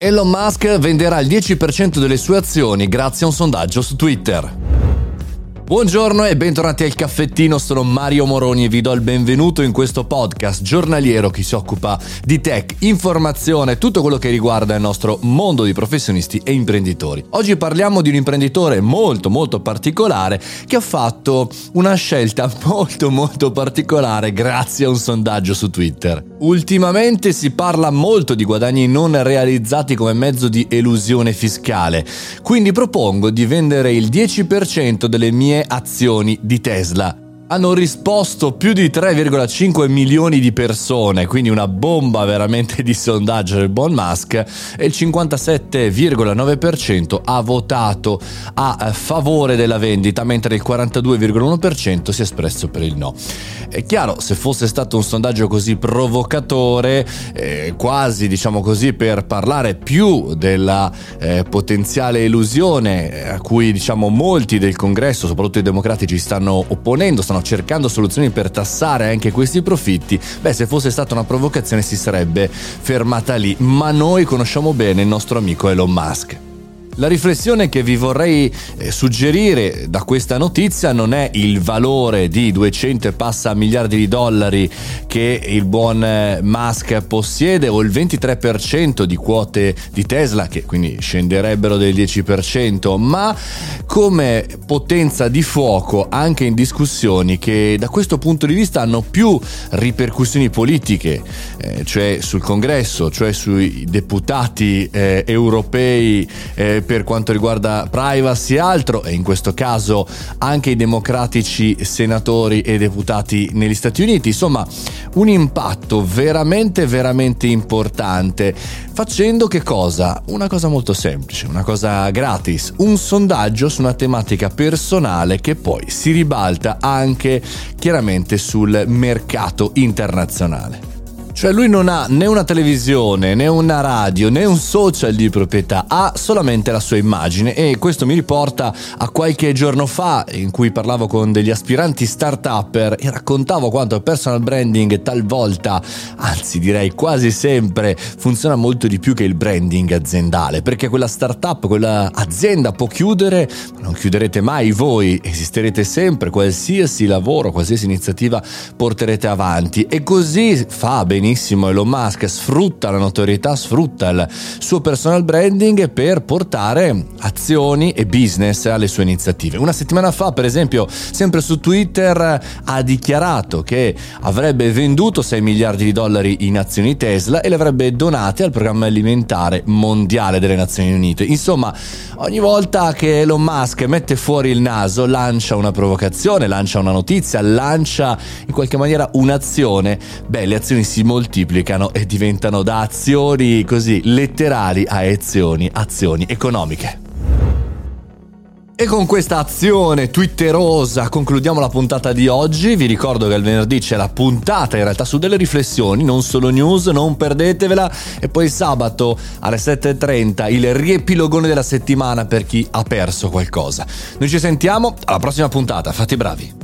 Elon Musk venderà il 10% delle sue azioni grazie a un sondaggio su Twitter. Buongiorno e bentornati al caffettino, sono Mario Moroni e vi do il benvenuto in questo podcast giornaliero che si occupa di tech, informazione, tutto quello che riguarda il nostro mondo di professionisti e imprenditori. Oggi parliamo di un imprenditore molto particolare che ha fatto una scelta molto particolare grazie a un sondaggio su Twitter. Ultimamente si parla molto di guadagni non realizzati come mezzo di elusione fiscale, quindi propongo di vendere il 10% delle mie azioni di Tesla. Hanno risposto più di 3,5 milioni di persone, quindi una bomba veramente di sondaggio del buon Musk, e il 57,9% ha votato a favore della vendita, mentre il 42,1% si è espresso per il no. È chiaro, se fosse stato un sondaggio così provocatore, quasi diciamo così per parlare più della potenziale elusione a cui diciamo molti del congresso, soprattutto i democratici, stanno opponendo, stanno cercando soluzioni per tassare anche questi profitti, se fosse stata una provocazione si sarebbe fermata lì, ma noi conosciamo bene il nostro amico Elon Musk. La riflessione che vi vorrei suggerire da questa notizia non è il valore di 200 e passa miliardi di dollari che il buon Musk possiede o il 23% di quote di Tesla, che quindi scenderebbero del 10%, ma come potenza di fuoco anche in discussioni che da questo punto di vista hanno più ripercussioni politiche, cioè sul congresso, cioè sui deputati europei, per quanto riguarda privacy e altro, e in questo caso anche i democratici senatori e deputati negli Stati Uniti. Insomma, un impatto veramente importante, facendo che cosa? Una cosa molto semplice, una cosa gratis, un sondaggio su una tematica personale che poi si ribalta anche chiaramente sul mercato internazionale. Cioè lui non ha né una televisione, né una radio, né un social di proprietà, ha solamente la sua immagine, e questo mi riporta a qualche giorno fa in cui parlavo con degli aspiranti start-upper e raccontavo quanto il personal branding talvolta, anzi direi quasi sempre, funziona molto di più che il branding aziendale, perché quella startup, quella azienda può chiudere, ma non chiuderete mai voi, esisterete sempre, qualsiasi lavoro, qualsiasi iniziativa porterete avanti, e così fa benissimo Elon Musk, sfrutta la notorietà, sfrutta il suo personal branding per portare azioni e business alle sue iniziative. Una settimana fa, per esempio, sempre su Twitter ha dichiarato che avrebbe venduto 6 miliardi di dollari in azioni Tesla e le avrebbe donate al programma alimentare mondiale delle Nazioni Unite. Insomma, ogni volta che Elon Musk mette fuori il naso, lancia una provocazione, lancia una notizia, lancia in qualche maniera un'azione, le azioni si moltiplicano e diventano da azioni così letterali a azioni economiche. E con questa azione twitterosa concludiamo la puntata di oggi. Vi ricordo che il venerdì c'è la puntata in realtà su delle riflessioni, non solo news, non perdetevela, e poi sabato alle 7:30 il riepilogone della settimana per chi ha perso qualcosa. Noi ci sentiamo alla prossima puntata, fate i bravi.